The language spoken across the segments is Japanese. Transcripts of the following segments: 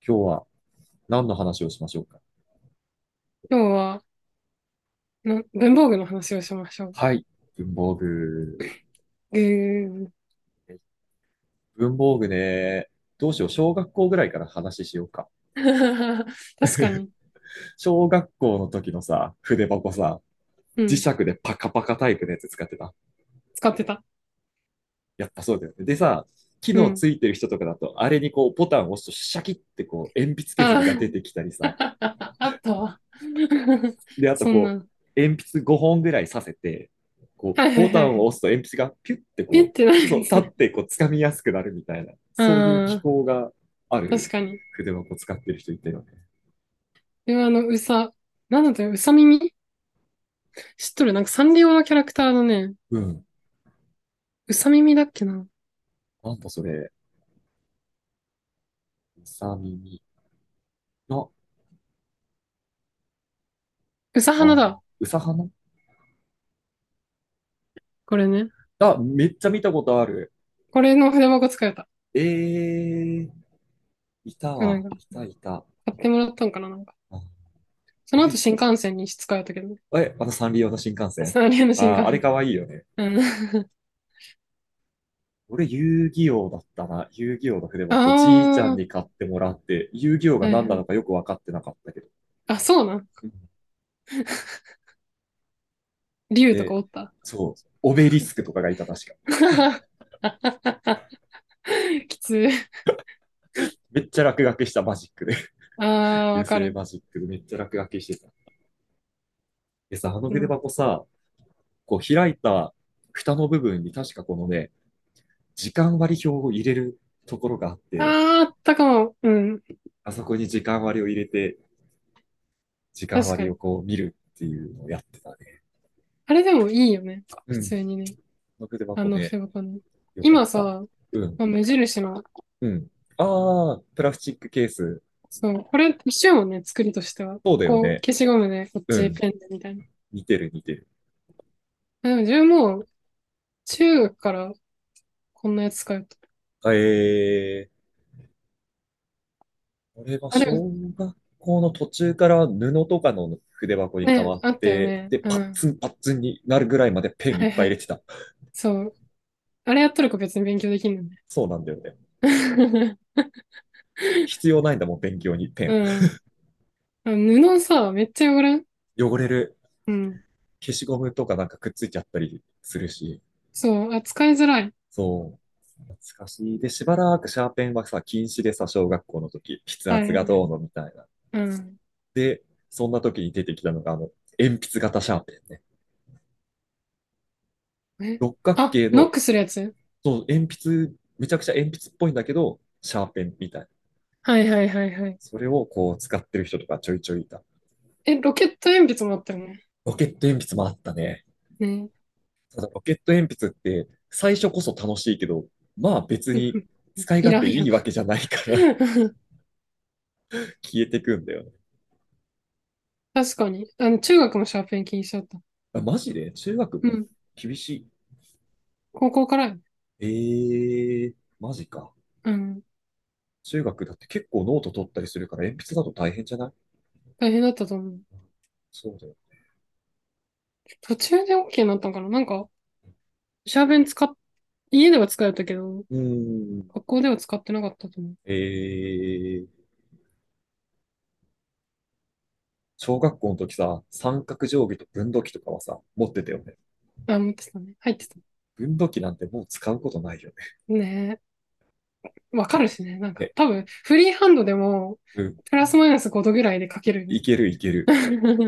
今日は何の話をしましょうか？ 今日は文房具の話をしましょう。 はい。文房具。 ぐー。 文房具ね。どうしよう。小学校ぐらいから話しようか。 確かに。 小学校の時のさ、筆箱さ、 うん。 磁石でパカパカタイプのやつ使ってた。 使ってた。 やっぱそうだよね。でさ、機うん。 能ついてる人とかだと、あれにこうボタンを押すとシャキってこう鉛筆削りが出あてきたりさ。 あったわ。 で、あとこそんな。 う、鉛筆5本ぐらいさせて、こはいう、ボタはいはいはい。 ンを押すと鉛筆がピュッてこピッてなう、そう、 るね。 去ってこう、掴みやすくなるみたいな、そういう機ああ、 構がある確かに。 筆箱使ってる人いたよね。 でもなんだったよ、うさ耳知っとるなんかサンリオのキャラクターのね、 うん。 うさ耳だっけな。 なんだそれ、うさ耳の、 うさはなあ、 だ。 うさはな。 これね。 あ、めっちゃ見たことある。 これの筆箱使えた。 えー、いたわ。 なんか、 いたいた。 買ってもらったんかななんか。 あ、 その後え、 新幹線に使えたけどね。 サンリオの新幹線。 サンリオの新あ、あれ幹線。 かわいいよね。 うん。 俺、遊戯王だったな。遊戯王の筆あ箱、じいちゃんあ、 に買ってもらって、遊戯王が何なのはいはい。 かよく分かってなかったけど。 あ、そうなん。 うん。 竜とかで、 おった。 そう、オベリスクとかがいた、確か。 きつい。 めっちゃ落書きしたマジックで。 ああ、 油わかる。 性マジックでめっちゃ落書きしてた。でさ、あの筆うん。 箱さ、こう開いた蓋の部分に確かこのね、時間割表を入れるところがあって、 ああ、あったかも。うん。 あそこに時間割を入れて、時間割を確かに。 こう見るっていうのをやってたね。 あれでもいいよね。普うん。 通にね。 この筆あの箱ね、 筆箱ね。 よかった。 今さ、 うん。 まあ、無印の、 うん。ああ、プラスチックケース。 そう、これ一緒やもんね、作りとしては。こう、 そうだよね。 消しゴムで、こっうん。 ちペンでみたいな。 似てる似てる。 あでも自分もう中学からこんなやつ使うと。 俺はあ、でも、 小学校の途中から布とかの筆箱に変ね、 わっあったよて、 ね。 で、 うん。 パッツンパッツンになるぐらいまでペンいっはいはい。 ぱい入れてた。 そう。あれやっとる子別に勉強できんのね。 そうなんだよね。必要ないんだもん、勉強にペン。 うん。布さ、めっちゃ汚れん。 汚れる。 うん。 消しゴムとかなんかくっついちゃったりするし。 そう、使いづらい。 そう。懐かしい。で、しばらくシャーペンはさ、禁止でさ、小学校の時、筆はいはいはい。 圧がどうのみたいな。 うん。 で、そんな時に出てきたのが、鉛筆型シャーペンね。 え、 六角あ、 形の、 ノックするやつ。 そう、鉛筆、めちゃくちゃ鉛筆っぽいんだけど、シャーペンみたいな。 はいはいはいはい。 それをこう使ってる人とかちょいちょいいた。 え、ロケット鉛筆もあったよね。 ロケット鉛筆もあったね。 ね。 ただロケット鉛筆って最初こそ楽しいけど、まあ別に使い勝手いらんやん。 いいわけじゃないから消えてくんだよね。 確かに。中学もシャーペン禁止だった。 あ、マジで中学もうん。 厳しい。 高校からよ。 マジか。 うん。 中学だって結構ノート取ったりするから鉛筆だと大変じゃない？ 大変だったと思う。 そうだよ。 途中で OK になったんかななんか、シャーペン家では使えたけど、 うーん。 学校では使ってなかったと思う。 小学校の時さ、三角定規と分度器とかはさ、持ってたよね。 あ、持ってたね。入ってた。 分度器なんてもう使うことないよね。 ねえ。わかるしね。なんか、 え、 多分、フリーハンドでも、 うん。 プラスマイナス5度ぐらいで書けるよね。 いけるいける。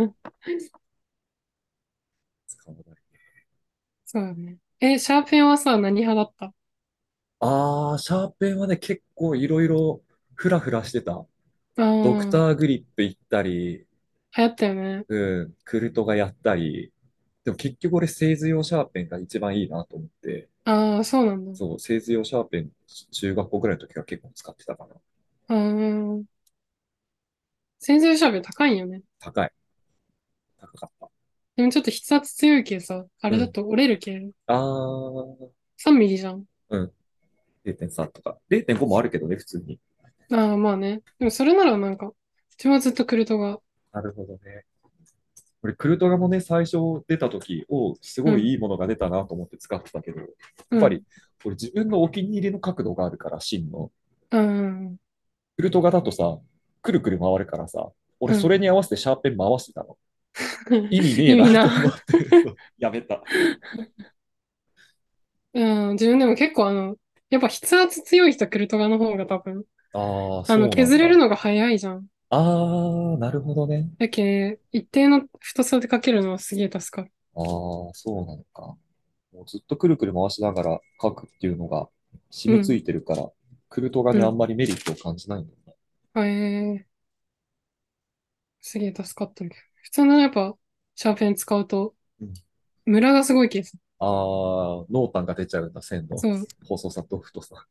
使わない。 そうだね。シャーペンはさ、何派だった？ シャーペンはね、結構いろいろフラフラしてた。 ああ、 ドクターグリップ行ったり、 流行ったよね。 うん、クルトがやったり、でも結局俺製図用シャーペンが一番いいなと思って、 ああ、そうなんだ。 そう、製図用シャーペン中学校ぐらいの時は結構使ってたかな。 ああ、先生シャーペン高いんよね。 高い。高かった。 でもちょっと筆圧強いけさ、あうん。 れだと折れるけ。 あー、 3ミリじゃん。 うん。0.3とか。0.5もあるけどね、普通に。 ああ、まあね。でもそれならなんか、自分はずっとクルトが、 なるほどね。これ、クルトガもね、最初出た時、すうん、 ごいいいものが出たなと思って使ってたけど、やっうん、 ぱり、これ自分のお気に入りの角度があるから、芯の。 うん、 クルトガだとさ、くるくる回るからさ、俺うん。 それに合わせてシャーペン回してたの。意味ねえ意味なと思っな。 て、そうやめた。 うん、自分でも結構やっぱ筆圧強い人はクルトガの方が多分、 ああ、そうなん削れるだ。 のが早いじゃん。 ああ、なるほどね。 だけ、一定の太さで書けるのはすげえ助かる。 ああ、そうなのか。もうずっとくるくる回しながら書くっていうのが染みつうん、 いてるから、クルトガうん。 にあんまりメリットを感じないんだよね。 すげえ助かってるけど。普通のやっぱ、シャーペン使うと、 うん、 ムラがすごい気がする。 ああ、濃淡が出ちゃうんだ、線のそう。 細さと太さ。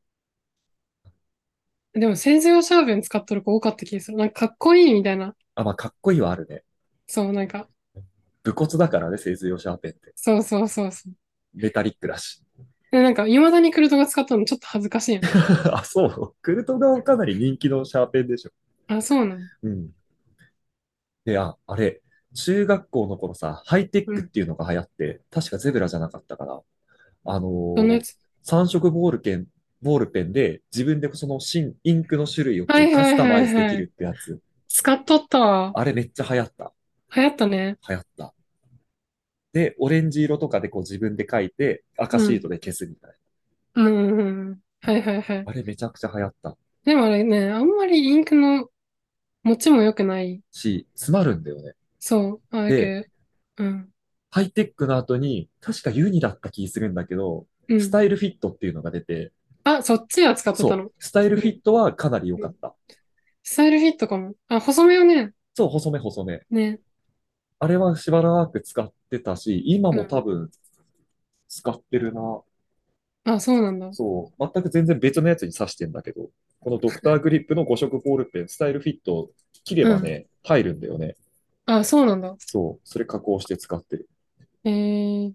でも、製図用シャーペン使っとる子多かった気がする。なんかかっこいいみたいな。 あ、まあ、かっこいいはあるね。 そう、なんか、 武骨だからね、製図用シャーペンって。 そうそうそうそう。 メタリックだし。 で、なんか、未だにクルトが使ったのちょっと恥ずかしいよね。 あ、そう。クルトガはかなり人気のシャーペンでしょ。 あ、そうなの。 うん。で、あれ、中学校の頃さ、ハイテッうん。 クっていうのが流行って、確かゼブラじゃなかったかな。あのー、 どんなやつ？ 三色ボールペンで自分でそのインクの種類をこうはいカスタマはいはイズできるっいはい。 てやつ。 使っとったわ。 あれめっちゃ流行った。 流行ったね。 流行った。で、オレンジ色とかでこう自分で書いて赤うん。 シートで消すみたいうんうんうん。はいはいはな。 い。 あれめちゃくちゃ流行ったでもあれね、あんまりインクの持ちも良くない。 し、詰まるんだよね。 そう。あ、だで、 け、うん。 ハイテックの後に、確かユニだった気するんだけど、 うん。 スタイルフィットっていうのが出て、 あ、そっちは使ってたの？ そう、スタイルうん。 フィットはかなり良うん。 かった。 スタイルフィットかも。あ、細めよね。 そう、細め細め。 ね。 あれはしばらく使ってたし、今うん。 も多分使ってるな。 あ、そうなんだ。 そう、全く全然別のやつに挿してんだけど、このドクターグリップの5色ボールペン、スタイルフィット切れうん。 ばね、入るんだよね。 あ、そうなんだ。 そう、それ加工して使ってる。 えー。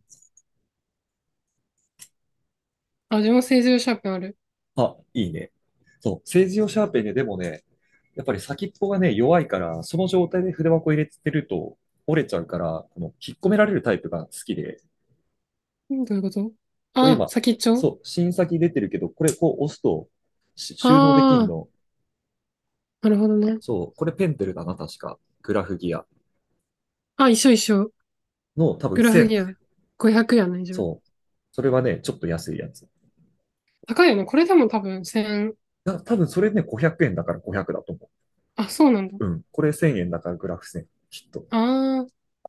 あ、自分も製図用シャーペンある。 あ、いいね。そう、政治用シャーペンね、でもね、やっぱり先っぽがね、弱いから、その状態で筆箱入れてると折れちゃうから、この引っ込められるタイプが好きで、 ん、どういうこと？あ、 これ今、 先っちょ？ そう、新先出てるけど、これこう押すと収納できんああの。 ー、なるほどね。 そう、これペンテルだな、確か。グラフギアあ、一緒一緒。 の多分1000。 グラフギア。500やね、自分。 そう。それはね、ちょっと安いやつ。 高いよね。これでも多分1000。 多分それね、500円だから500だと思あ、そうなんだ。 う。うん。これ1000円だからグラフ1000。きっと。 あ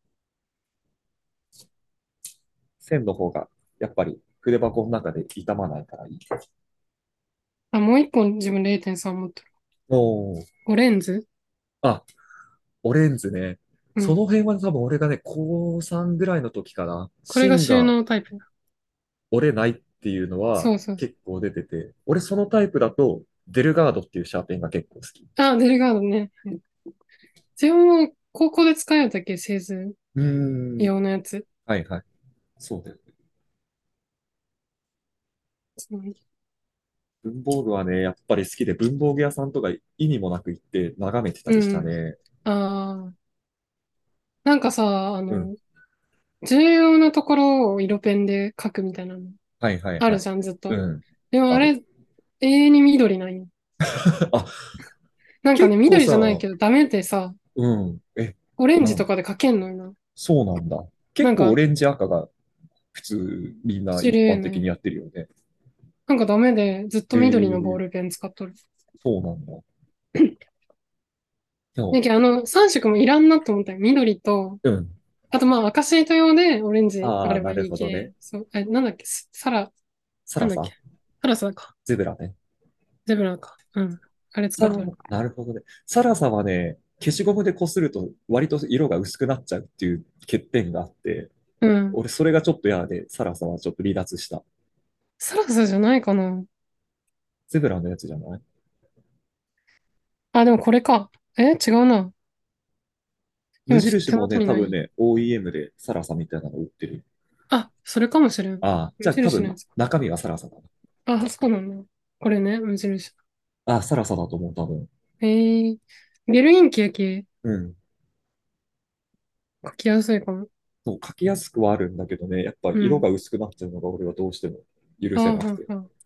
1000の方が、やっぱり筆箱の中で傷まないからいい。 あ。あ、もう一本自分0.3持ってる。 おー。 オレンズ。 あ、オレンズね。 うん。 その辺は多分俺がね、高3ぐらいの時かな。 これが収芯が納タイプ。 折れないっていうのはそうそう。 結構出てて、俺そのタイプだと、デルガードっていうシャーペンが結構好き。 あ、デルガードね。自分も高校で使えたっけ、製図うーん。 用のやつ。 はいはい。そうだよね。 そう。 文房具はね、やっぱり好きで、文房具屋さんとか意味もなく行って眺めてたりしたうん。 ね。 ああ。なんかさ、 うん。 重要なところを色ペンで書くみたいなのはいはいはい。 あるじゃん、ずっと。 うん。ある。 でもあれ、永遠に緑なんよ。 あ、 なんかね、 結構さ、 緑じゃないけどダメでさ、 うん。 オレンジとなん、 かで書けんのよな。 そうなんだ。 なんか、 結構オレンジ赤が普通みんな知一るね。 般的にやってるよね。 なんかダメで、ずっと緑のボーえー、 ルペン使っとる。 そうなんだ。でも、 だけど3色もいらんなと思ったよ。緑と、 うん。 あとまあ赤シート用でオレンジあああ、なればるほどね。 いい系。そう、なんだっけ、なんだっけ。 サラササラサか。 ゼブラね。 ゼブラか。うん。あれ使サラ、 ってる。 なるほどね。サラサはね、消しゴムで擦ると割と色が薄くなっちゃうっていう欠点があって、 うん。 俺それがちょっと嫌で、サラサはちょっと離脱した。 サラサじゃないかな。 ゼブラのやつじゃない？ あ、でもこれか。違うな。 無今ちょっと手印もね、 元にない。 多分ね、OEM でサラサみたいなの売ってる。 あ、それかもしれん。 ああ、じ無ゃあ多分印のやつ。 中身がサラサだな。 あ、そうなんだ。これね、無印。 あ、サラサだと思う、多分。 へえ。ゲルインキやけうん。 書きやすいかも。 そう、書きやすくはあるんだけどね、やっぱうん。 色が薄くなっちゃうのが俺はどうしても許ああ、 せなくて。 はんはん。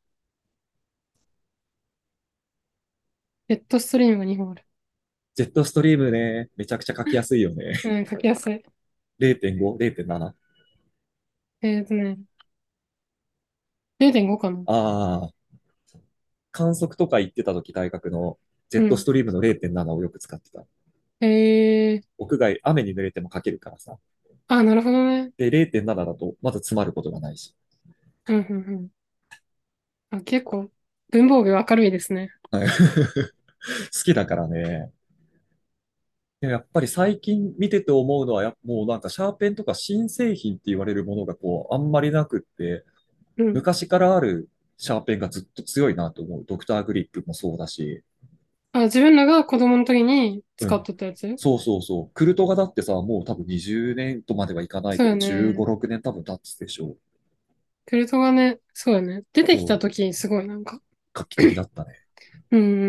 ジェットストリームが2本ある。 ジェットストリームね、めちゃくちゃ書きやすいよね。 うん、書きやすい。 0.5、0.7。 ね、0.5かな。 ああ、観測とか行ってた時大学のジェットスうん。 トリームの0.7をよく使ってた。 へえ。 屋外、雨に濡れても書けるからさ。 あ、なるほどね。 で、0.7だとまず詰まることがないし。 うん、うん、うん。あ、結構、文房具明るいですね。 はい。好きだからね。でもやっぱり最近見てて思うのは、もうなんかシャーペンとか新製品って言われるものがこう、あんまりなくって、 うん。 昔からあるシャーペンがずっと強いなと思う。ドクターグリップもそうだし。 あ、自分らが子供の時に使っうん。 てたやつ。 そうそうそう。クルトガだってさ、もう多分20年とまではいかないそうよけど、15、 ね。 6年多分経つでしょう。 クルトがね、そうよね。出てきたそう。 時すごいなんか。 画期的だったね。 うんうん。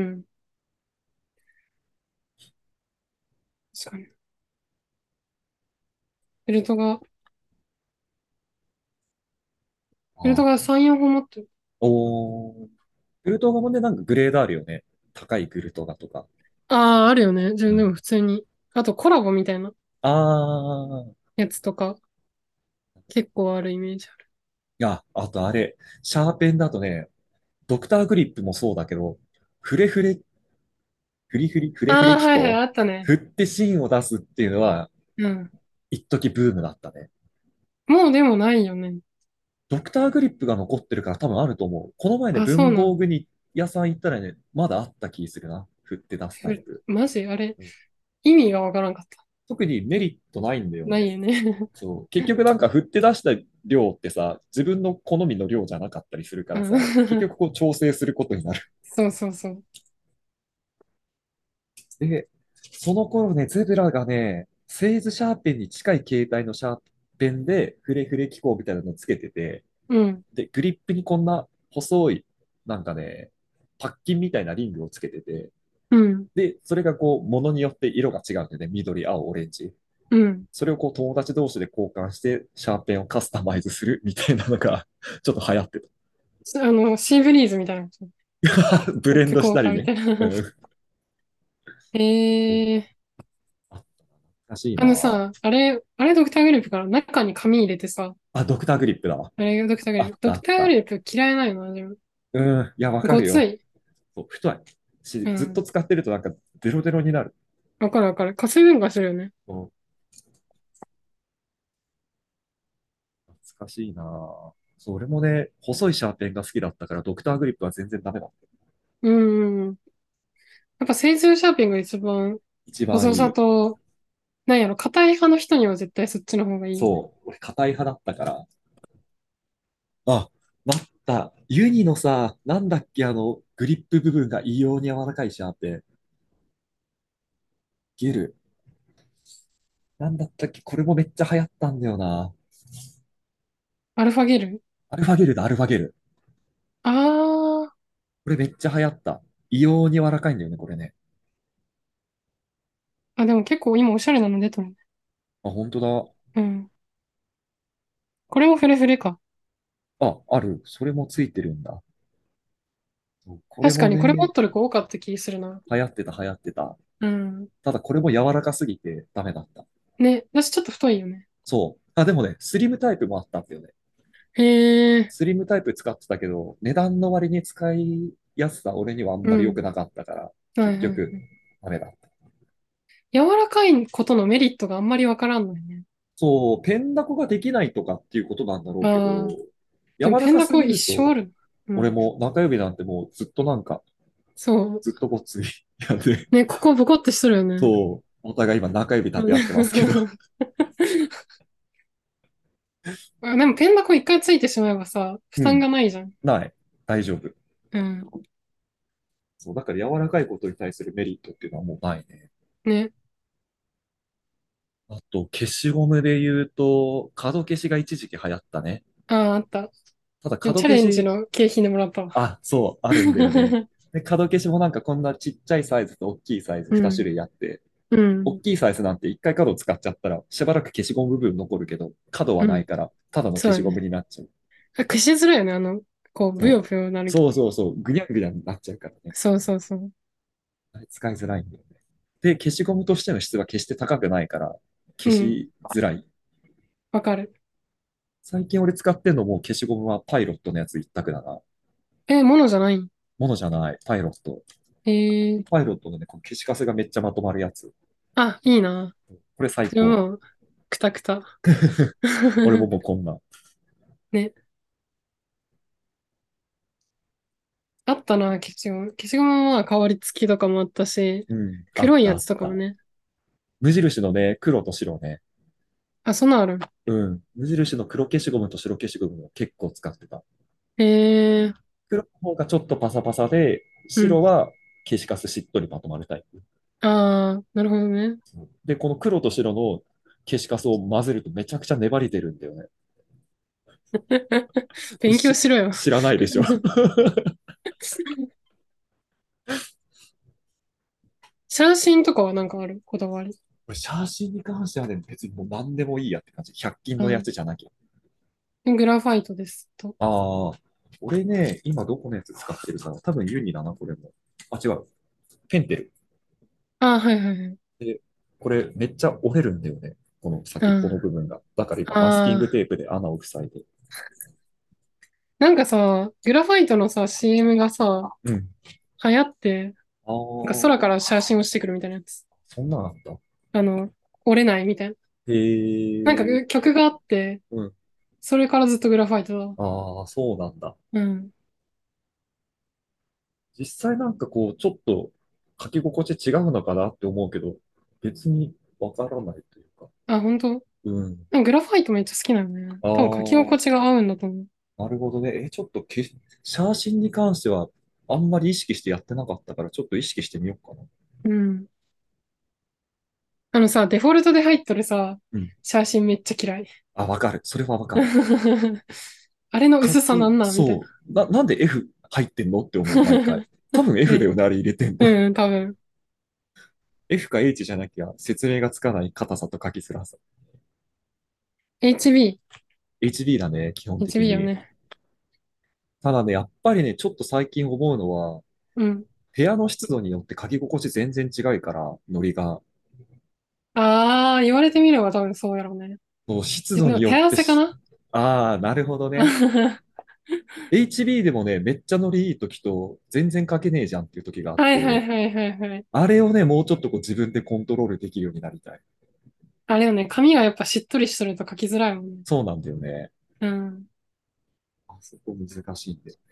確かに。クルトああ。 が3、4本持ってる。 おー。クルトガもね、なんかグレードあるよね。高いクルトガとか。 ああ、あるよね。自うん。 分でも普通に。あとコラボみたいなああ。 やつとか結構あるイメージある。 あとあれ、シャーペンだとね、ドクターグリップもそうだけど、フレフレ、フレフレああ、はいはい、 機構、 あったね。 振って芯を出すっていうのは、 うん。 一時ブームだったね。 もうでもないよね。 ドクターグリップが残ってるから多分あると思う。この前ね、 あ、そう文なんだ。 房具に屋さん行ったらね、まだあった気するな。振って出すタイプ。 マジあれ、 うん。 意味がわからんかった。 特にメリットないんだよね。 ないよね。 そう。結局なんか振って出した量ってさ、自分の好みの量じゃなかったりするかうらさ、結ん。 局こう調整することになる。 そうそうそう。 で、その頃ね、ゼブラがね、製図シャーペンに近い形態のシャーペンで、フレフレ機構みたいなのをつけてて、 うん。 で、グリップにこんな細い、なんかね、パッキンみたいなリングをつけてて、 うん。 で、それがこう、ものによって色が違うんでね、緑、青、オレンジ。 うん。 それをこう、友達同士で交換して、シャーペンをカスタマイズするみたいなのがちょっと流行ってシーブリーズみたいな。 た。ブレンドし交たりね。 換みたいな。 うん。 えー、 あ、懐かしいな。 あのさ、あれドクターグリップから中に紙入れてさ、 あ、ドクターグリップだわ。 あれがドクターグリップ。 あったドクターグあった。 リップ嫌いないの、自分。 うん。いや、わかるよ。 ごつい。 そう、太いし、ずっとうん。 使ってるとなんかデロデロになる。 わかるわかる。加水分化するよね。 うん。懐かしいなぁ。そう、俺もね、細いシャーペンが好きだったから、ドクターグリップは全然ダメだった。 うん。やっぱ製図シャーペンが一番一番細いい。 さと、なんやろ、硬い派の人には絶対そっちの方がいいよね。 そう、俺硬い派だったから。あ、待った。ユニのさ、なんだっけ、グリップ部分が異様に柔らかいシャーペン。ゲル。なんだったっけ、これもめっちゃ流行ったんだよな。 アルファゲル。 アルファゲルだ、アルファゲル。 あー。 これめっちゃ流行った。異様に柔らかいんだよね、これね。 あ、でも結構今おしゃれなの出てるね。 あ、本当だ。 うん。これもフレフレか。 あ、ある。それもついてるんだ。そうこれ確かもね、 にこれ持っとる子多かった気するな。 流行ってた、流行ってた。 うん。 ただこれも柔らかすぎてダメだった。 ね、私ちょっと太いよね。 そう。あ、でもね、スリムタイプもあったんだよね。 へえ。 スリムタイプ使ってたけど、値段の割に使いやすさ、俺にはあんうん。 まり良くなかったから、 はいはいは結局、 い。 ダメだった。 柔らかいことのメリットがあんまりわからんのよね。 そう、ペンダコができないとかっていうことなんだろうけど、 ああ。でも柔らかすペンダコ一ぎると、 生ある。うん。 俺も中指なんてもうずっとなんか、 そう。 ずっとごっつい。やで、 ね、ここボコってしとるよね。 そう、お互い今中指立て合ってますけど、 うんあ、でもペンダコ一回ついてしまえばさ、負担うん、 がないじゃん。 ない。大丈夫。 うん。 そう、だから柔らかいことに対するメリットっていうのはもうないね。 ね。 あと、消しゴムで言うと、角消しが一時期流行ったね。 ああ、あった。 ただでもチャ角消し、 レンジの景品でもらったわ。 あ、そう、あるんだよね。 で、角消しもなんかこんなちっちゃいサイズと大きいサイズ2種うん。 類あって、 うん。 大きいサイズなんて一回角使っちゃったら、しばらく消しゴム部分残るけど、角はうん。 ないから、ただの消しゴムそうだね。 になっちゃう。 消しづらいよね。こう、ブそうヨブヨなるけど。 そうそうそう、ぐにゃぐにゃになっちゃうからね。 そうそうそう。 あれ使いづらいんだよね。で、消しゴムとしての質は決して高くないから、消うん。 しづらい。 わかる。 最近俺使ってんのも消しゴムはパイロットのやつ一択だな。 ものじゃないん？ ものじゃない、パイロット。 えー、 パイロットのね、この消しカスがめっちゃまとまるやつ。 あ、いいな。 これ最高。 それもう、くたくた。 俺ももうこんな。 ね。あったな、消しゴム。消しゴムは香り付きとかもあったし、 うん。あった黒いやつあった。 とかもね。 無印のね、黒と白ね。 あ、そんなんある。 うん。無印の黒消しゴムと白消しゴムを結構使ってた。 えー、 黒の方がちょっとパサパサで、 うん。 白は消しカスしっとりまとまるタイプ。 あー、なるほどね。 で、この黒と白の消しカスを混ぜるとめちゃくちゃ粘り出るんだよね。これ勉強しろよ。 知らないでしょ。 写真とかはなんかあるこだわり？ これ写真に関してはね、別にもう何でもいいやって感じ。100均のやつあ、 じゃなきゃ。 グラファイトですと。 ああ、俺ね、今どこのやつ使ってるかな。多分ユニだな、これも。あ、違う。ペンテル。 あ、はいはいはい。 で、これめっちゃ折れるんだよね。この先っぽのあ部分が。だから今マスキングあテープで穴を塞いで。 なんかさ、グラファイトのさ、CM がさ、 うん。 流行って、 あなんか空あ、 から写真をしてくるみたいなやつ。 そんなんあった。 あの、折れないみたいな。 へなんかえ。 曲があって、 うん。 それからずっとグラファイトだ。 ああ、そうなんだ。 うん。 実際なんかこう、ちょっと書き心地違うのかなって思うけど、別にわからないというか。 あ、本当？ うん。 なんかグラファイトめっちゃ好きなのね。 あ多分書き心あ、 地が合うんだと思う。 なるほどね。ちょっと写真に関してはあんまり意識してやってなかったから、ちょっと意識してみようかな。 うん。あのさ、デフォルトで入っとるさ、 うん。 写真めっちゃ嫌い。 あ、わかる。それはわかる。 あれの薄さなんなんみたいな。 そう。なんで F 入ってんのって思う、毎回。多分 F だね。 よね、あれ入れてんの。 うん、多分。 F か H じゃなきゃ説明がつかない硬さと書きづらさ。 HB。 HB だね、基本的 HB よに。 ね。 ただね、やっぱりね、ちょっと最近思うのは、 うん。 部屋の湿度によって書き心地全然違いから、ノリが。 あー、言われてみれば多分そうやろうね。 もう湿度によでも手ってし、 汗かな？ ああ、なるほどね。HB でもね、めっちゃノリいい時と、全然書けねえじゃんっていう時があっはいはいて、 はいはいはい。 あれをね、もうちょっとこう自分でコントロールできるようになりたい。 あれよね、髪がやっぱしっとりしとると書きづらいもんね。 そうなんだよね。 うん。 あそこ難しいんだよ。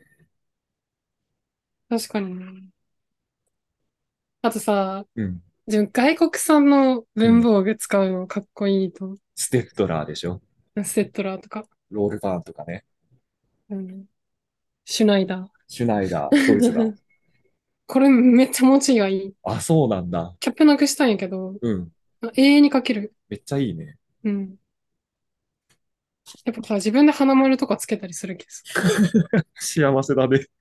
確かにね。あとさ、 うん。 自分外国産のうん。 文房具使うのかっこいいと。 ステッドラーでしょ。 ステッドラーとか、 ロールバーンとかね。 うん、シュナイダシュナイダー、ドイツだ。 ー。これめっちゃ持ちがいい。 あ、そうなんだ。 キャップなくしたんやけど、 うん。 永遠にかける。 めっちゃいいね。 うん。やっぱさ、自分で花丸とかつけたりするけどさ。 幸せだね。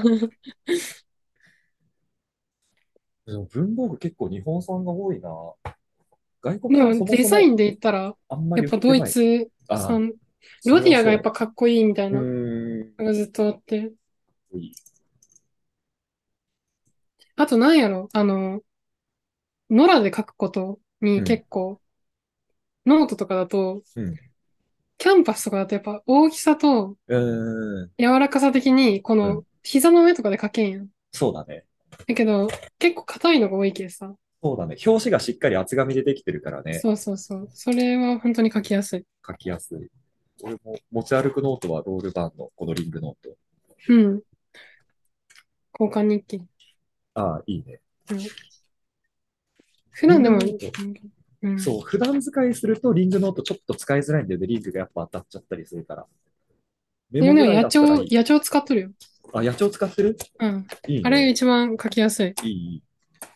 でも文房具結構日本産が多いな。外国で産もデそもそもザインで言ったら、 あんまり売っやっぱドイてない。 ツああ、 産、 それロディアがやっはそぱかっこいいみたいう。 なのがずっとあって。 いい。 あとなんやろ、ノラで書くことにうん。 結構、ノートとかだと、 うん。 キャンパスとかだとやっぱ大きさとうーん。 柔らかさ的に、こうん。 の膝の上とかで書けんやん。 そうだね。 だけど、結構硬いのが多いけどさ。 そうだね。表紙がしっかり厚紙でできてるからね。 そうそうそう。それは本当に書きやすい。 書きやすい。俺も持ち歩くノートはロールバーンのこのリングノート。 うん。交換日記。 ああ、いいね。 うん。普リン段でも、 グノート。 うん。 そう、普段使いするとリングノートちょっと使いづらいんだよね。リングがやっぱ当たっちゃったりするから。メでもね、 モぐらいだったらいい。 野鳥使っとるよ。 あ、野鳥使ってる？ うん。あれいいね。 一番書きやすい。 いい、いい。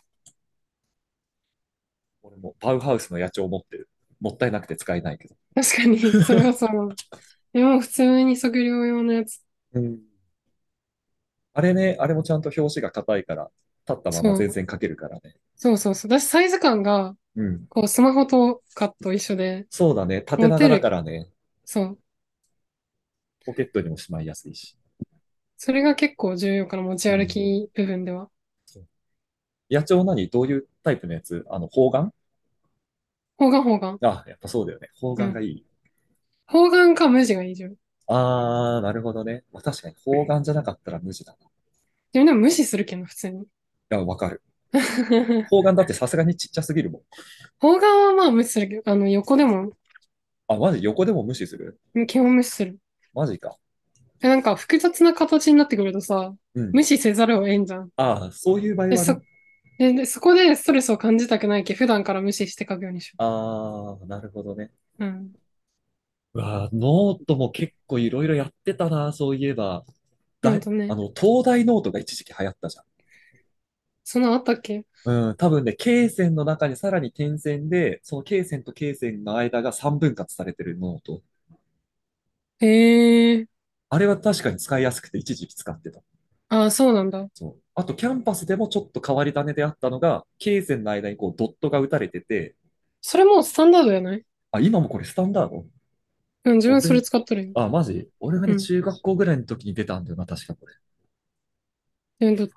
俺もバウハウスの野鳥持ってる。もったいなくて使えないけど。 確かに、それはそう。でも普通に測量用のやつ。 うん。 あれね、あれもちゃんと表紙が硬いから、立ったままそう。 全然書けるからね。 そうそうそう。だし、サイズ感が、 うん。 こう、スマホとかと一緒で、 そうだね。縦長だか持てる。 らね、 そう。 ポケットにもしまいやすいし。 それが結構重要かな、持ち歩うん。 き部分では。 そう野鳥どういうタイプのやつ方眼。 方眼方眼。 あ、やっぱそうだよね。方うん。 眼がいい。 方眼か無地がいいじゃん。 あー、なるほどね。まあ、確かに方眼じゃなかったら無地だな。いでも無視するけど、普通に。 や、わかる。方眼だってさすがにちっちゃすぎるもん。 方眼はまあ無視するけど、横でも、 あ、マジ横でも無視する？ 基本無視する。 マジか。 なんか複雑な形になってくるとさ、 うん。 無視せざるを得んじゃん。 ああ、そういう場合で、 はね。 そこでストレスを感じたくないけ、普段から無視して書くようにしよああ、なるほどね。 う。うん。 うわー、ノートも結構いろいろやってたな、そういえば。 ノートね。 東大ノートが一時期流行ったじゃん。 そんなのあったっけ？ うん、多分ね、罫線の中にさらに点線で、その罫線と罫線の間が3分割されてるノート。 へえ。 あれは確かに使いやすくて一時期使ってた。 ああ、そうなんだ。 そう。あと、キャンパスでもちょっと変わり種であったのが、罫線の間にこうドットが打たれてて、 それもうスタンダードやない？ あ、今もこれスタンダード？ うん、自分それ俺、 使っとるよ。 あ、マジ俺がね、 うん。 中学校ぐらいの時に出たんだよな、確かこれ。 で、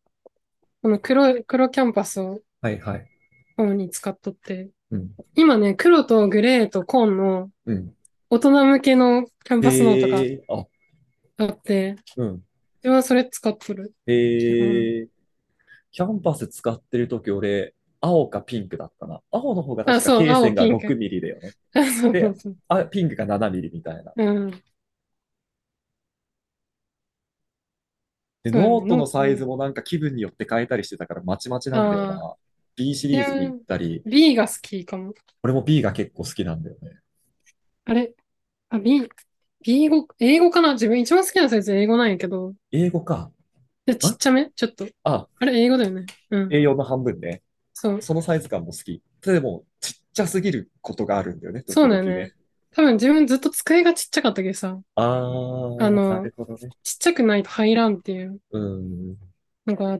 黒キャンパスをはいはい。 主に使っとって。 うん。 今ね、黒とグレーと紺のうん。 大人向けのキャンパスノートがあ、 あって、 うん。 自分はそれ使っとる。基本。 キャンパス使ってる時俺、青かピンクだったな。青の方があ、 確かそう、青、 罫線が6 ピンク。 ミリだよね。 あ、そうそで、 うそう。 ピンクが7ミリみたいな。 うん。 で、 そうやね。 ノートのノートね。 サイズもなんか気分によって変えたりしてたからまちまちなんだよああ、 な。B シいや、 リーズに行ったり、 B が好きかも。 俺も B が結構好きなんだよね。 あれB 語、英語かな？自分一番好きなサイズ英語なんやけど。 英語か。 で、ちっちゃめちょっと。 あ、 あれ、英語だよね。うん。 A4 の半分ね。 そう。 そのサイズ感も好き。でも、ちっちゃすぎることがあるんだよね、 そ時々ね。 うだよね。多分自分ずっと机がちっちゃかったけどさ、あなの、 るほどね。 ちっちゃくないと入らんっていううん。 のがあって、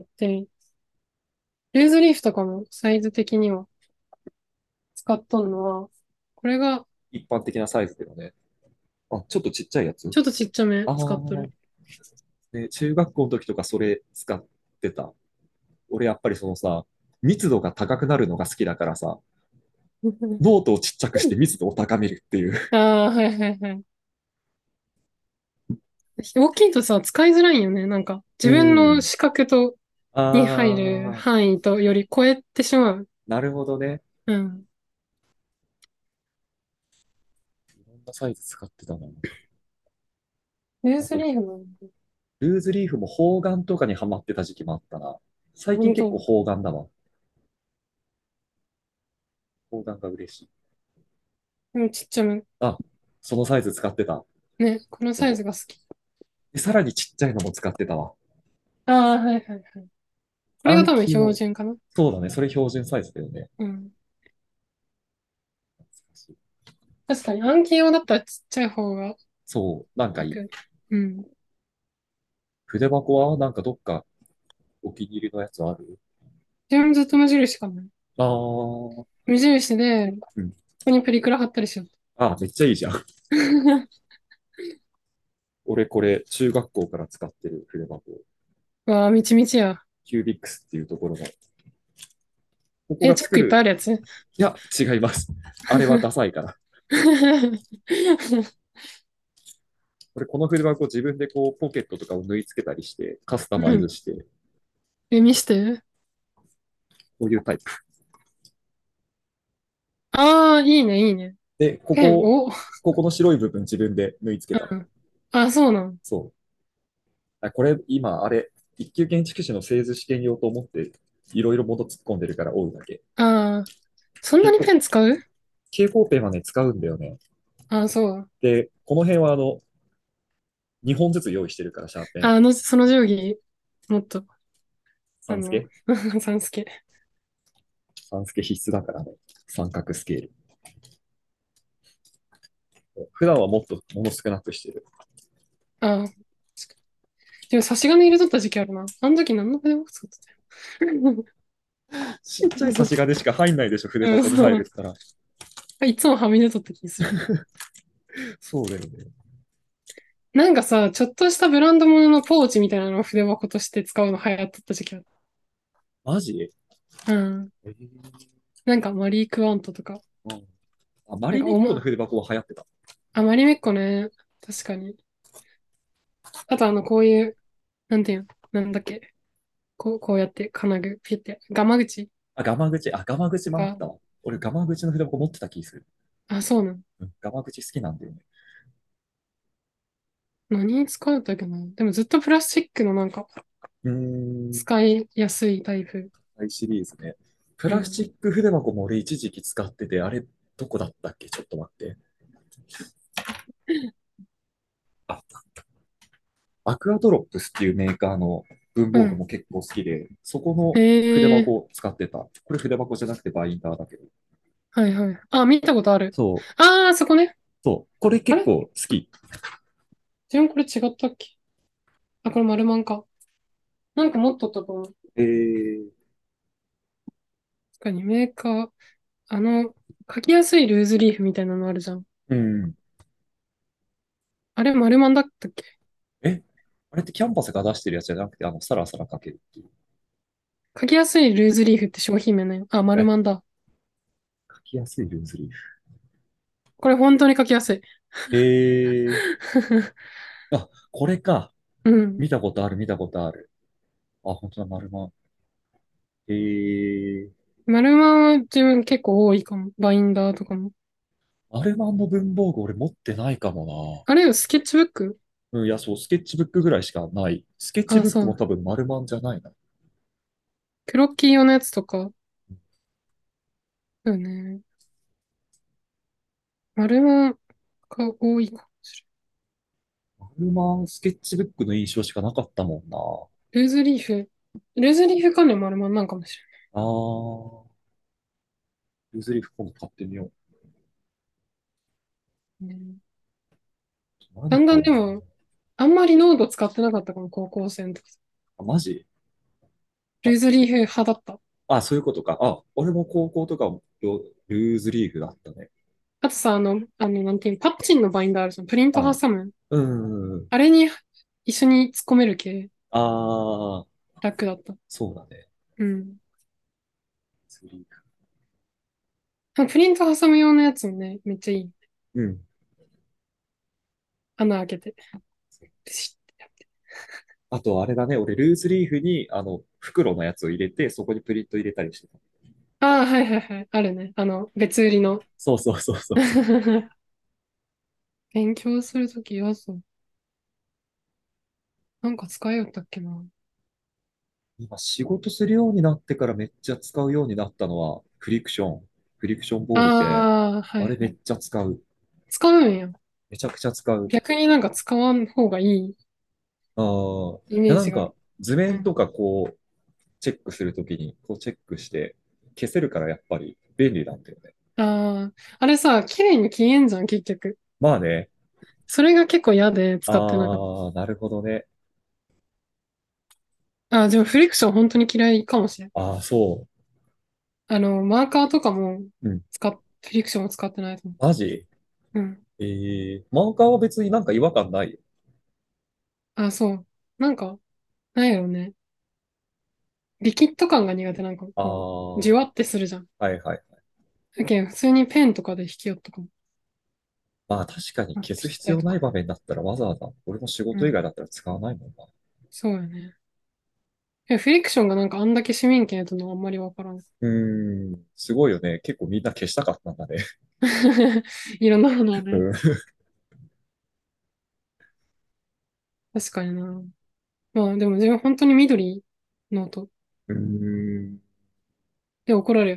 ルーズリーフとかもサイズ的には使っとんのは、これが一般的なサイズだよね。あ、ちょっとちっちゃいやつ。 ちょっとちっちゃめああ、 使っとる。 ね、中学校の時とかそれ使ってた。俺やっぱりそのさ、密度が高くなるのが好きだからさ、ノートをちっちゃくして密度を高めるっていう。 ああ、はいはいはい。大きいとさ、使いづらいんよね。なんか、 う自分のん。 視覚に入るああ、 範囲とより超えてしまう。 なるほどね。 うん。 いろんなサイズ使ってたな。 ルーあと、 ズリーフの、 ルーズリーフも方眼とかにハマってた時期もあったな。最近結構本当。 方眼だわ。方眼が嬉しい。 でもちっちゃめ。 あ、そのサイズ使ってた。 ね、このサイそう。 ズが好き。 で、さらにちっちゃいのも使ってたわ。 ああ、はいはいはい。これが暗多分記の、 標準かな。 そうだね。それ標準サイズだよね。 うん。 懐かしい。 確かに暗記用だったらちっちゃい方がそう、なんかいい。 楽。うん。 筆箱はなんかどっかお気に入りのやつある？ 自分ずっと無印かな。 あー、 無印で、こうん。 こにプリクラ貼ったりしよあ、めっちゃいいじゃん。 う。 俺これ中学校から使ってる筆箱。 わあ、みちみちや。 キュービックスっていうところの。ここえ、チャックいっぱいが作る。 あるやつ？ いや、違います。あれはダサいから。俺この筆箱自分でこうポケットとかを縫い付けたりしてカスタマイズして、 え、見して。 こういうタイプ。 ああ、いいね、いいね。 で、 ペン、 ここの白い部分自分で縫い付けたの。 うん。あ、そうなん。 そう。これ今、あれ、一級建築士の製図試験用と思って、いろいろ元突っ込んでるから多いだけ。 ああ、そんなにペン使う？ 蛍光ペンはね、使うんだよね。 あ、そう。 で、この辺は2本ずつ用意してるから、シャーペン。 その定規、もっと、あの、 三助さんすけ。 三助必須だからね。三角スケール。普段はもっともの少なくしてる。 ああ、 でも差し金入れとった時期あるな。あの時何の筆箱使ってたよ。 ちっちゃい差し金しか入んないでしょ、筆うん、 箱にそう。 入るったら。 いつもはみ出とった気する。 そうだよね。 なんかさ、ちょっとしたブランド物のポーチみたいなのを筆箱として使うの流行っとった時期ある。 マジ？ うん。 えーなんかマリー・クワントとか。 うん。あ、マリメッコのなんか筆箱は流行ってた。 あまりめっこね。確かに。あとこういう、なんていうの、なんだっけ。こうやって金具、ピュって、ガマ口あ、ガマ口、あ、ガマ口もあっが、 たわ。俺、ガマ口の筆箱持ってた気する。 あ、そうなの。 うん、ガマ口好きなんだよね。 何に使うんだっけな。でもずっとプラスチックのなんか、 うーん。 使いやすいタイプ。 はい、シリーズね。プラスチうん。 ック筆箱も俺一時期使ってて、あれ、どこだったっけ？ちょっと待って。あ、アクアドロップスっていうメーカーの文房具うん。 も結構好きで、そこの筆へえ、 箱を使ってた。これ筆箱じゃなくてバインダーだけど。 はいはい。あ、見たことある。 そう、 ああ、そこね。 そう。これあれ結構好き。 自分これ違ったっけ？あ、これ丸マンか。なんか持っとったと思う。 えー、 確かにメーカー、書きやすいルーズリーフみたいなのあるじゃん。 うん。 あれ丸マンだったっけ？ え、あれってキャンパスが出してるやつじゃなくて、サラサラ書けるっていう。 書きやすいルーズリーフって商品名ね。あ、丸え、 マンだ。 書きやすいルーズリーフ。 これ本当に書きやすい。 えー、あ、これか。 うん。 見たことある、見たことある。あ、本当だ、丸ま。えー、 丸マンは自分結構多いかも。バインダーとかも。 アルマンの文房具俺持ってないかもあれよ、スケッチブック？ な。うん、いや、そう、スケッチブックぐらいしかない。スケッチあ、 ブックもそう。 多分丸マンじゃないな。 クロッキー用のやつとか。そうね。丸マンが多いかもしアルマンスケッチブックの印象しかなかったもんな。 れない。ルーズリーフ。ルーズリーフ関連丸マンなんかもしあー、ユーズリーフ今度買ってみよれないね。 う。 だんだ何買うの？ んでも、あんまりノート使ってなかったかも、高校生の時。 あ、マジ？あ、 ルーズリーフ派だった。 あ、そういうことか。あ、俺も高校とかもルーズリーフだったね。 あとさ、なんていうの、パッチンのバインダーあるじゃん。プリントあ、 挟む。 うん。うん。 あれに一緒に突っ込める系、 ああ、 楽だった。 そうだね。 うん。 スリーフ。 プリント挟む用のやつもね、めっちゃいい。 うん。 穴開けて。プシッてやって。 あと、あれだね。俺、ルーズリーフに、袋のやつを入れて、そこにプリント入れたりしてた。 ああ、はいはいはい。あるね。別売りの。 そうそうそうそうそう。 勉強するときはそう。なんか使いよったっけな。 今、仕事するようになってからめっちゃ使うようになったのは、フリクション。フリクションボールって、 ああ、はいはい。 あれめっちゃ使う。 使うんや。 めちゃくちゃ使う。 逆になんか使わん方がいいああ、いイメや、 ージがある。 なんか、図うん。 面とかこう、チェックするときに、こうチェックして、消せるからやっぱり便利なんだよね。 ああ、あれさ、綺麗に消えんじゃん、結局。 まあね。 それが結構嫌で使ってなかった。 ああ、なるほどね。 ああ、でもフリクション本当に嫌いかもしれん。 ああ、そマーカーとかもう。うん。 フリクションを使ってないと思マジ？ う。うん。 マーカーは別になんか違和感ないよ。 あ、そう。なんか、なんやろね。リキッド感が苦手なんかも。 ああ、 こう、じはわってするじゃん。 いはいはい。 だけど、普通にペンとかで引きよったかも。 まあ確かにあ、 消すちっちゃいとこ。 必要ない場面だったらわざわざ、俺も仕うん。 事以外だったら使わないもんな。 そうよね。フリクションがなんかあんだけ市民権やったのはあんまりわからん。 うーん、すごいよね。結構みんな消したかったんだね。 いろんなものをね。 うん。 確かにな。まあでも自分本当に緑ノートうーん。 で怒られるって。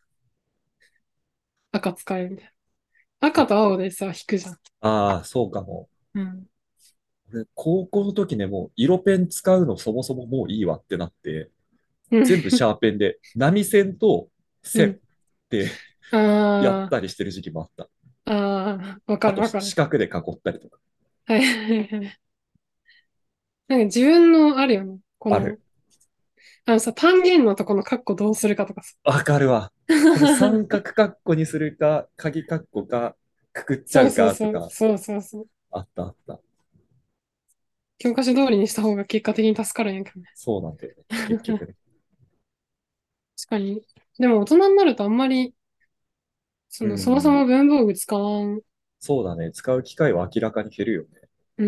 赤使えみたいな。赤と青でさ、引くじゃん。 ああ、そうかも。 うん。 俺、高校の時ね、もう色ペン使うのそもそももういいわってなって、 うん。 全部シャーペンで、波線と線うん。 でやっあたりしてる時期もあった。 あ、ああ、わかあと、 るわかる。 四角で囲ったりとか。 はいはいはい。 なんか自分のあるよね。この、 ある。 あのさ、単元のとこのカッコどうするかとかさ。 わかるわ。この三角括弧にするか、鍵括弧か、くくっちゃそううそうそう、 かとか、 そうそうそう。 あったあった。 教科書通りにした方が結果的に助かるんやけどね。 そうなんだよね。結局ね。 確かに。でも大人になるとあんまり、 うそもそん。 も文房具使わん。 そうだね。使う機会は明らかに減るよね。 うん。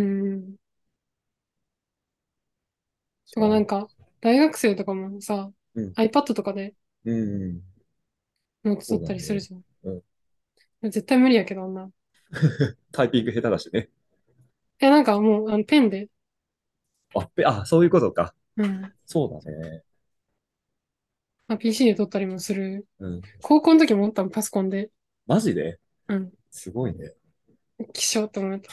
とかなあ、 んか、大学生とかもさ、 うん。 iPad とかでうん。 ノート取ったそうだね。 りするじゃん。 うん。 絶対無理やけど、あんな。 タイピング下手だしね。 なんかもう、ペンで、 そういうことか。 うん。 そうだね。 まあ、PC で取ったりもする。 うん。 高校の時もおったん、パソコンで。 マジでうん。 すごいね。 希少って思った。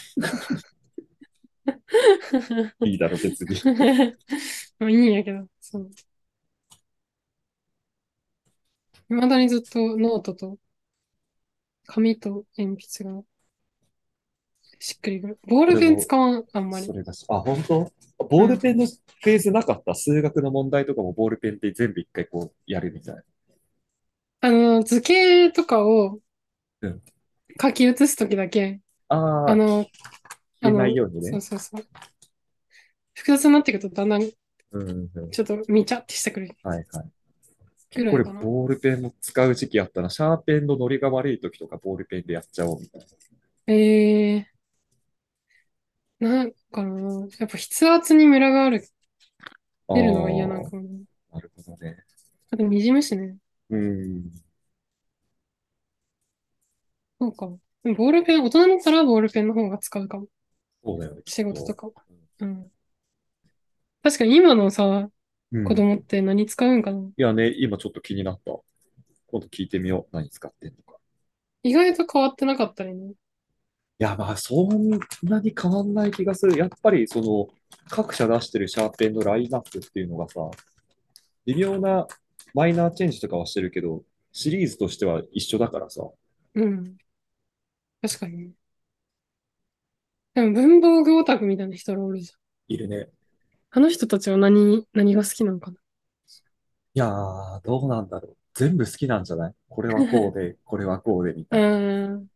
いいだろ、別に。 まあいいんやけど、そう。未だにずっとノートと紙と鉛筆がしっくりくる。ボールペン俺も、 使わん、あんまり。 それが本当ボうん。 ールペンのフェーズなかった数学の問題とかもボールペンで全部一回こうやるみたいな。 図形とかをうん。 書き写すときだけ、 ああ、 あの、 消えないようにね。 そうそうそう。複雑になってくるとだんだんうん、うん。 ちょっとみちゃってしてくるはいはい。結構俺、 ぐらいかな。 ボールペンも使う時期あったな。シャーペンのノリが悪い時とか、ボールペンでやっちゃおうみたいえなんかな。やっぱ筆圧にムラがある、 な。あ出るのが嫌なんあ、 かもな。 なるほどね。 あと、にじむしね。 うん。 そうか。でもボールペン、大人になったらボールペンの方が使うかも。 そうだよね、きっ仕事とと。 かは。うん。確かに今のさ、 うん。 子供って何使うんかな。 いやね、今ちょっと気になった。今度聞いてみよう。何使ってんのか。 意外と変わってなかったりね。 いや、まあ、そんなに変わんない気がする。やっぱり、各社出してるシャーペンのラインナップっていうのがさ、微妙なマイナーチェンジとかはしてるけど、シリーズとしては一緒だからさ、 うん。確かにね。でも文房具オタクみたいな人がおるじゃん。 いるね。 あの人たちは何が好きなのかな。 いやー、どうなんだろう。全部好きなんじゃないこれはこうで、これはこうで、みうたいーん。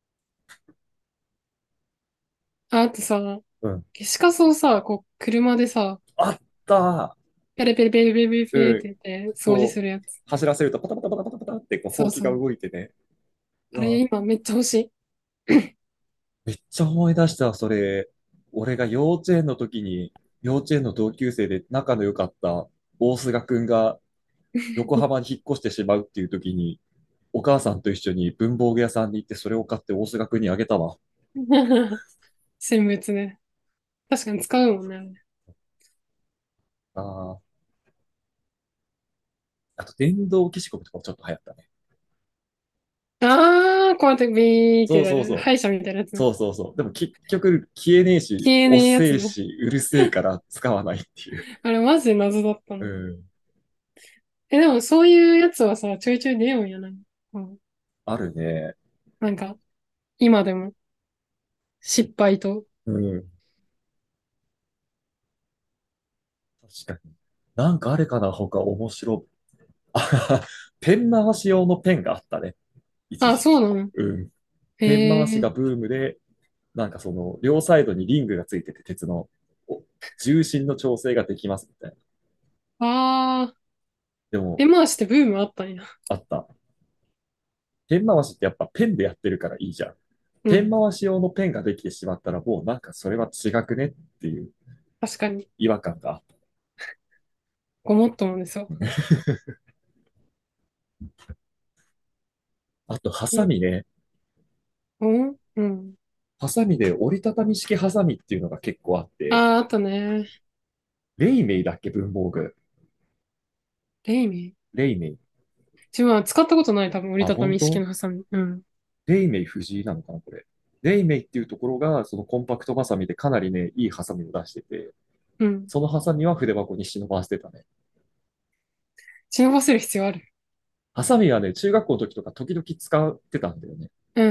あとさ、 な。うん。 消しカスをさ、こう、車でさ、 あったペレペレペレペレペレペー。うん。 レって言って掃除こう、 するやつ。 走らせるとパタパタパタパタパタって、こう、ほうきがそうそう。 動いてね。うあれわ、 今めっちゃ欲しい。 めっちゃ思い出した、それ。俺が幼稚園の時に、幼稚園の同級生で仲の良かった大須賀くんが横浜に引っ越してしまうっていう時に、お母さんと一緒に文房具屋さんに行ってそれを買って大須賀くんにあげたわ。 選別ね。確かに使うもんね、あれ。 あーあと電動消しゴムとかもちょっと流行ったね。 あー、こうやってビーってやる。 そうそうそう。 歯医者みたいなやつね。 そうそうそう。でも結局消えねえし、 消えねえや遅つね。 えし、うるせえから使わないっていう。 あれマジで謎だったうの。 ん。 でもそういうやつはさ、ちょいちょい出ようんやない。うん。 あるね。 なんか、今でも失敗と。 うん。確かに。なんかあれかな、他面白。あははペン回し用のペンがあったね。一あ、 時期。 そうなの。 うん。ペン回へえ。 しがブームで、なんか両サイドにリングがついてて、鉄の、お重心の調整ができますみたいな。 あー、 でも、 手回しってブームあったんや。 あった。ペン回しってやっぱペンでやってるからいいじゃん。ペンうん。 回し用のペンができてしまったら、もうなんかそれは違くねっていう確かに。 違和感があっごもっともですよ。 た。あと、ハサえ、 ミね。 うん。 ハサミで折りたたみ式ハサミっていうのが結構あって、 あー、あったね。 レイメイだっけ、文房具。 レイメイ。 レイメイ。 自分は使ったことない、多分折りあ、 たたみ式本当のハサミ。うん。 レイメイ藤井なのかな、これ。レイメイっていうところが、そのコンパクトハサミでかなりね、いいハサミを出してて、 うん。 そのハサミは筆箱に忍ばせてたね。 忍ばせる必要ある。 ハサミはね、中学校の時とか時々使ってたんだよね。 うん。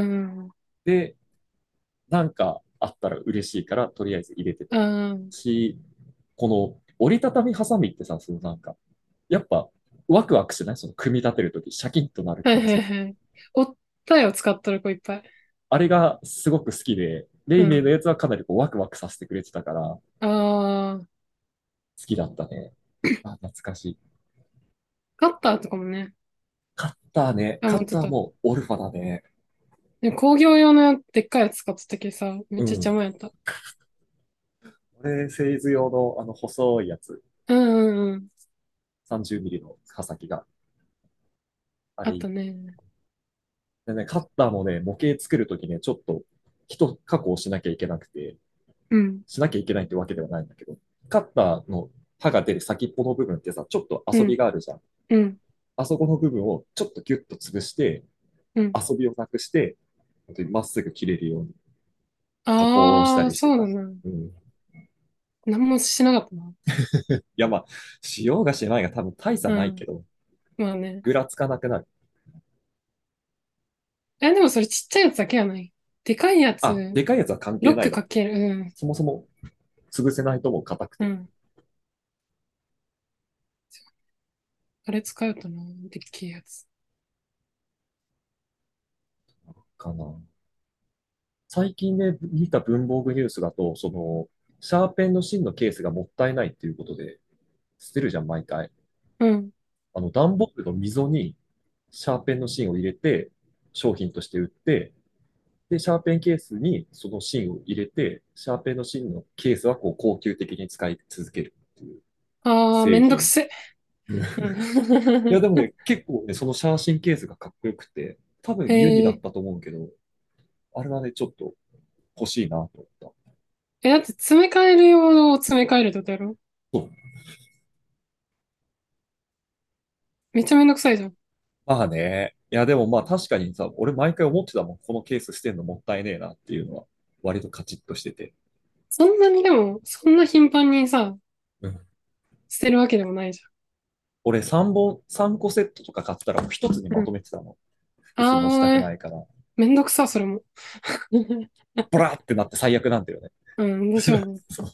で、なんかあったら嬉しいから、とりあえず入れてたうん。 し、 この折りたたみハサミってさ、そのなんか、やっぱワクワクしないその組み立てるとき、シャキッとなるはい感じ。 はいはい。おったよ、使っとる子いっぱい。 あれがすごく好きで、レイメイのうん。 やつはかなりこうワクワクさせてくれてたから、好ああ、 きだったね。あ、懐かしい。 カッターとかもね。 カッターね。 あ、 カッター持ってた。 もオルファだね。 で、工業用のでっかいやつ使ってたけどさ、めっちゃ邪うん。 魔やった。 俺、製図用のあの細いやつ、 うんうんうん。 30ミリの刃先が。あれいい。 あったね。 でね、カッターもね、模型作るときね、ちょっと一加工しなきゃいけなくて、 うん。 しなきゃいけないってわけではないんだけど、カッターの刃が出る先っぽの部分ってさ、ちょっと遊びうん。 があるじゃん。 うん。 あそこの部分をちょっとギュッと潰して、 うん。 遊びをなくして、まっすぐ切れるように加工したああ、 りしてた。 そうだな。 うん。い何もしなかったな。 や、まあ、しようがしないが多分大差うん。 ないけど、 まあね。 ぐらつかなくなる。 え、でもそれちっちゃいやつだけやない。でかいやあ、 つ、 でかいやつは関係ロッないわ。 クかける。うん。 そもそも潰せないとも硬くて。 うん。あれ使うとな。でっけえやつ。 かな。最近ね、見た文房具ニュースだと、シャーペンの芯のケースがもったいないっていうことで、捨てるじゃん、毎回。 うん。 段ボールの溝にシャーペンの芯を入れて、商品として売って、で、シャーペンケースにその芯を入れて、シャーペンの芯のケースはこう高級的に使い続けるっていうああ、め製品。 んどくせえ。 うんいうん。 や、でもね、結構ね、そのシャーシンケースがかっこよくて、多分ユニへえ。 だったと思うけど、あれはね、ちょっと欲しいなと思った。 え、だって詰め替える用のを詰め替えるってことやろ？ そう。 めっちゃめんどくさいじゃん。 まあね。いや、でもまあ確かにさ、俺毎回思ってたもん。このケース捨てんのもったいねえなっていうのは、割とカチッとしてて。 そんなにでも、そんな頻繁にさ、 うん。 捨てるわけでもないじ俺3本、3個セットとか買ったら1つにゃん。うまとん。 めてたの。複数持ちたくああ、 ないから。 めんどくさ、それも。 ボラーってなって最悪なんだよね。 うん、でしょうね。 そう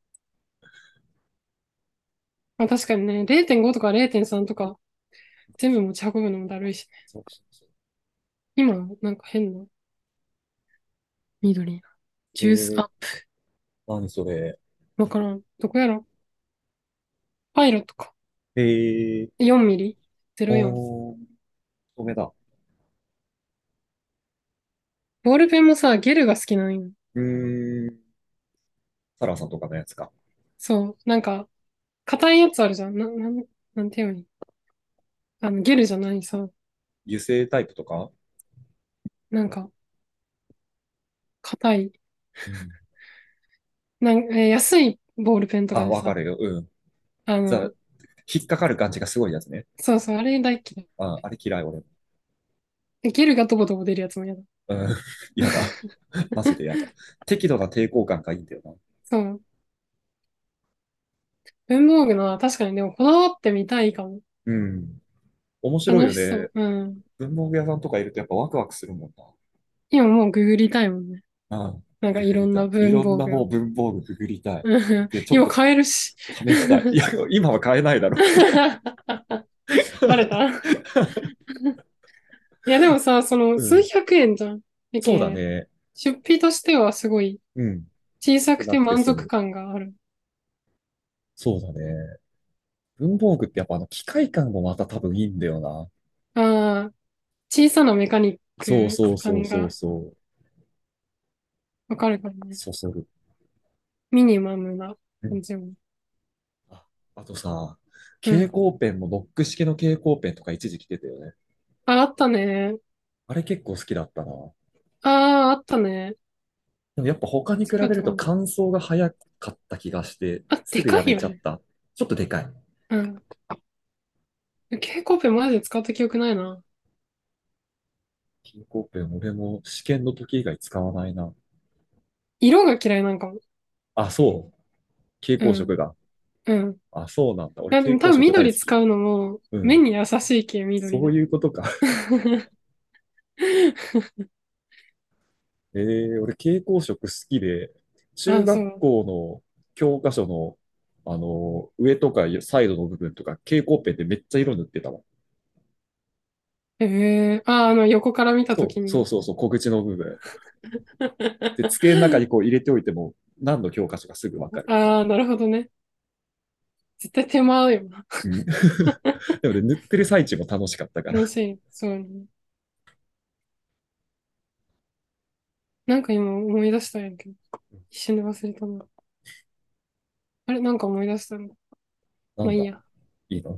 まあ確かにね、0.5とか0.3とか全部持ち運ぶのもだるいしね。 そうそうそう。 今、なんか変な緑のジュースアップ。 何それ。 わからん。どこやろ？パイロットか。 えー、 4ミリ ?04。 おー、透明だ。 ボールペンもさ、ゲルが好きなんよ。 うーん、サラさんとかのやつか。 そう。なんか、硬いやつあるじゃん。なんていうの？ゲルじゃないさ。 油性タイプとか。 なんか、硬い。 うん、 安いボールペンとかあ、 でさ、 わかるよ。うん。さ、 あの、 引っかかる感じがすごいやつね。 そうそう、あれ大嫌い。 あ、あれ嫌い、俺。 ゲルがドボドボ出るやつも嫌だ。 うん、やだ。マジでやだ。適度な抵抗感がいいんだよな。 そう。文房具な、確かにでもこだわってみたいかも。 うん。面白い楽しそう。 よね。 うん。 文房具屋さんとかいるとやっぱワクワクするもん今もうググりたいもんね。 な。うん。 なんかいろんなググりたい。いろんなもう文房具を。 文房具ググりたい。 うん。 で、ちょっと今買えるし。 試したい。いや、今は買えないだろ。 バレた？いやでもさ、そのうん。 数百円じゃん。やそうだけ、 ね。 出費としてはすごいうん。 小さく少なて満足くて済む。 感がある。 そうだね。文房具ってやっぱ機械感もまた多分いいんだよな。 ああ、小さなメカニッそうクそうそう感がそうそう。 わかるからね。 そそる。 ミニマムなうん。 感じも。 あ、あとさ、蛍うん。 光ペンもノック式の蛍光ペンとか一時期出てたよね。 あ、あったね。 あれ結構好きだったな。 ああ、あったね。 でもやっぱ他に比べると使うと思う。 乾燥が早かった気がして、 あ、ですぐやかいよね。 めちゃった。ちょっとでかい。 うん。蛍光ペンマジで使った記憶ないな。 蛍光ペン俺も試験の時以外使わないな。 色が嫌いなんかも。 あ、そう。蛍うん。 光色が。 うん。 あ、そうなんだ。俺あ、で蛍光も多分色大好き。 緑使うのもうん。 目に優しい系緑そうで。 いうことか。俺蛍光色好きで、中あ、そ学う。 校の教科書の上とかサイドの部分とか蛍光ペンでめっちゃ色塗ってたわ。 横から見たとそう、 きに。 そうそうそう、小口の部分。で、机の中にこう入れておいても、何の教科書かすぐわかるみたいああ、なるほどね。絶対手間よな。 な。うん。でもね、塗ってる最中も楽しかったから。 楽しい。そうね。なんか今思い出したんやけど、一瞬で忘れたな。あれ、なんか思い出したの。 なんだ、 まあいいや。 いいの？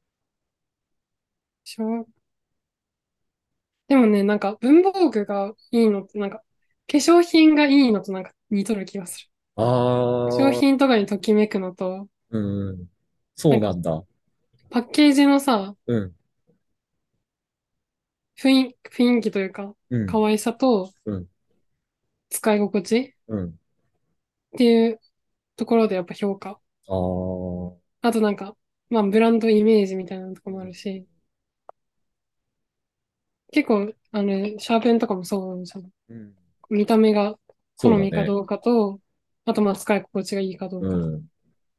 小でもね、なんか文房具がいいのって、なんか化粧品がいいのとなんか似とる気がする。 あ化粧ー、 品とかにときめくのと、 うん。そなんかうなんだ。 パッケージのさ、 うん、 雰囲気というか、 うん、 可愛さとうん、 使い心地っうん。 ていうところでやっぱ評価。 あー、 あとなんか、まあブランドイメージみたいなのとかもあるし、結構、シャーペンとかもそうじゃん。 うん。 見た目が好そうだね。 みかどうかと、あとまあ使い心地がいいかどううか。 ん。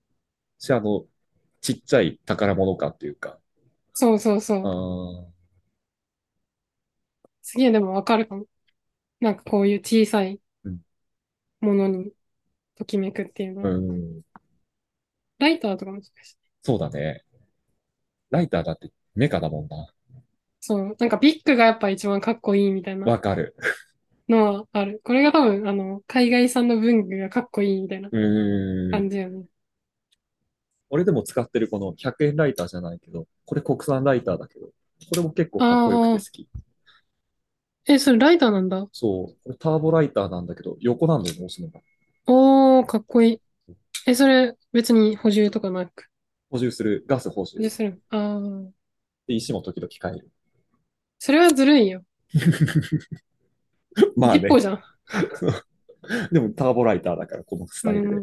ちっちゃい宝物かっていうか。 そうそうそあう。 ー、 すげえでもわかるかも。なんかこういう小さいうん、 ものにときめくっていうのうは。 ん。 ライターとかもそうです。 そうだね。ライターだってメカだもんな。 そう。なんかビッグがやっぱ一番かっこいいみたいなわかる。 のはある。これが多分、海外産の文具がかっこいいみたいなうーん。 感じよね。 俺でも使ってるこの100円ライターじゃないけど、これ国産ライターだけど、これも結構かっこよくてああ、 好き。 それライターなんだ。 そう。これターボライターなんだけど、横なんだよね、押すのが。 おー、かっこいい。それ別に補充とかなく。 補充する、ガス補充。 補充する。ああ、 で、石も時々変える。 それはずるいよ。 まあね。 ジッポーじゃん。 でもターボライターだから、このスタイルで。 うん。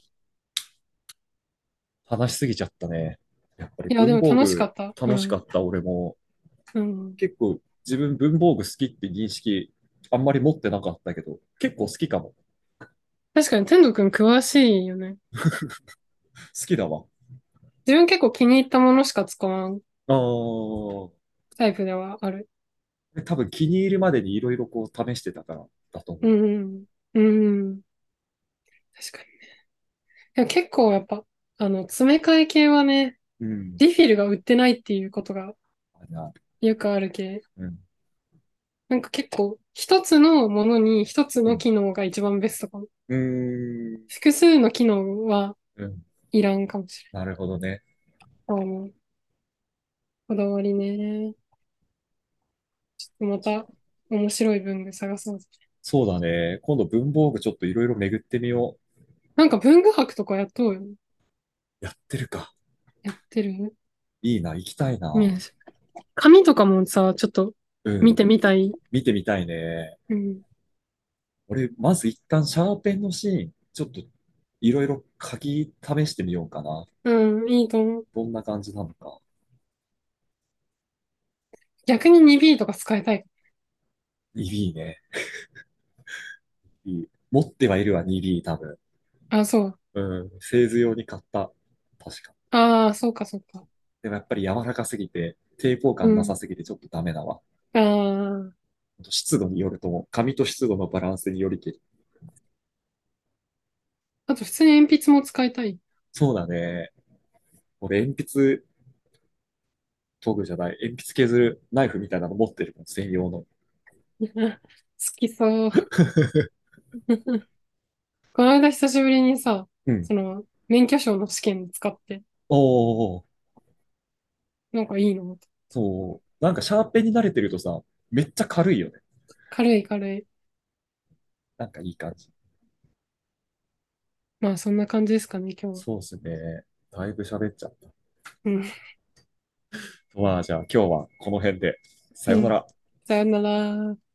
話しすぎちゃったね。やっぱりいや、で文も房具楽しかった。うん。 楽しかった、俺も。 うん。 結構自分文房具好きって認識あんまり持ってなかったけど、結構好きかも。 確かに天童くん詳しいよね。 好きだわ。 自分結構気に入ったものしか使わんあー、 タイプではある。 多分気に入るまでにいろいろこう試してたからだと思う。 うん。うん。確かに。でも結構やっぱ、詰め替え系はね、 うん。 リフィルが売ってないっていうことがあれな。 よくある系。 うん。 なんか結構、一つのものに一つうん。 の機能が一番ベストかも。 うーん。 複数の機能はうん。 いらんかもしなるほどね。 れない。こだわりね。また面白い文具探そうぜ。 そうだね。今度文房具ちょっといろいろ巡ってみよなんか文具博とかやっとうよね。 う。やってるか。 やってるいいな。行きたいな。 ね。紙とかもさ、ちょっと見うん。 てみたい。 見てみたいね。 うん。 俺、まず一旦シャーペンのシーン、ちょっといろいろ書き試してみようかな。 うん、いいと思う。 どんな感じなのか。 逆に 2B とか使いたい。 いいね。いい。持ってはいるわ、2B 多分。 あ、そう。 うん。製図用に買った。確か。 ああ、そうか、そうか。 でもやっぱり柔らかすぎて、抵抗うん。 感なさすぎてちょっとダメだわ。 ああ、 湿度によると思う。紙と湿度のバランスによりけり。 あと普通に鉛筆も使いたい。 そうだね。俺、鉛筆研ぐじゃない。鉛筆削るナイフみたいなの持ってるもん、専用の。 好きそう。この間久しぶりにさ、 うん。 免許証の試験使って、 おー、 なんかいいの。 そう。なんかシャーペンに慣れてるとさ、めっちゃ軽いよね。 軽い軽い。 なんかいい感じ。 まあそんな感じですかね、今日は。 そうですね。だいぶ喋っちゃっうん。 た。まあ、じゃあ今日はこの辺で。さうん。 ようなら。 さよなら。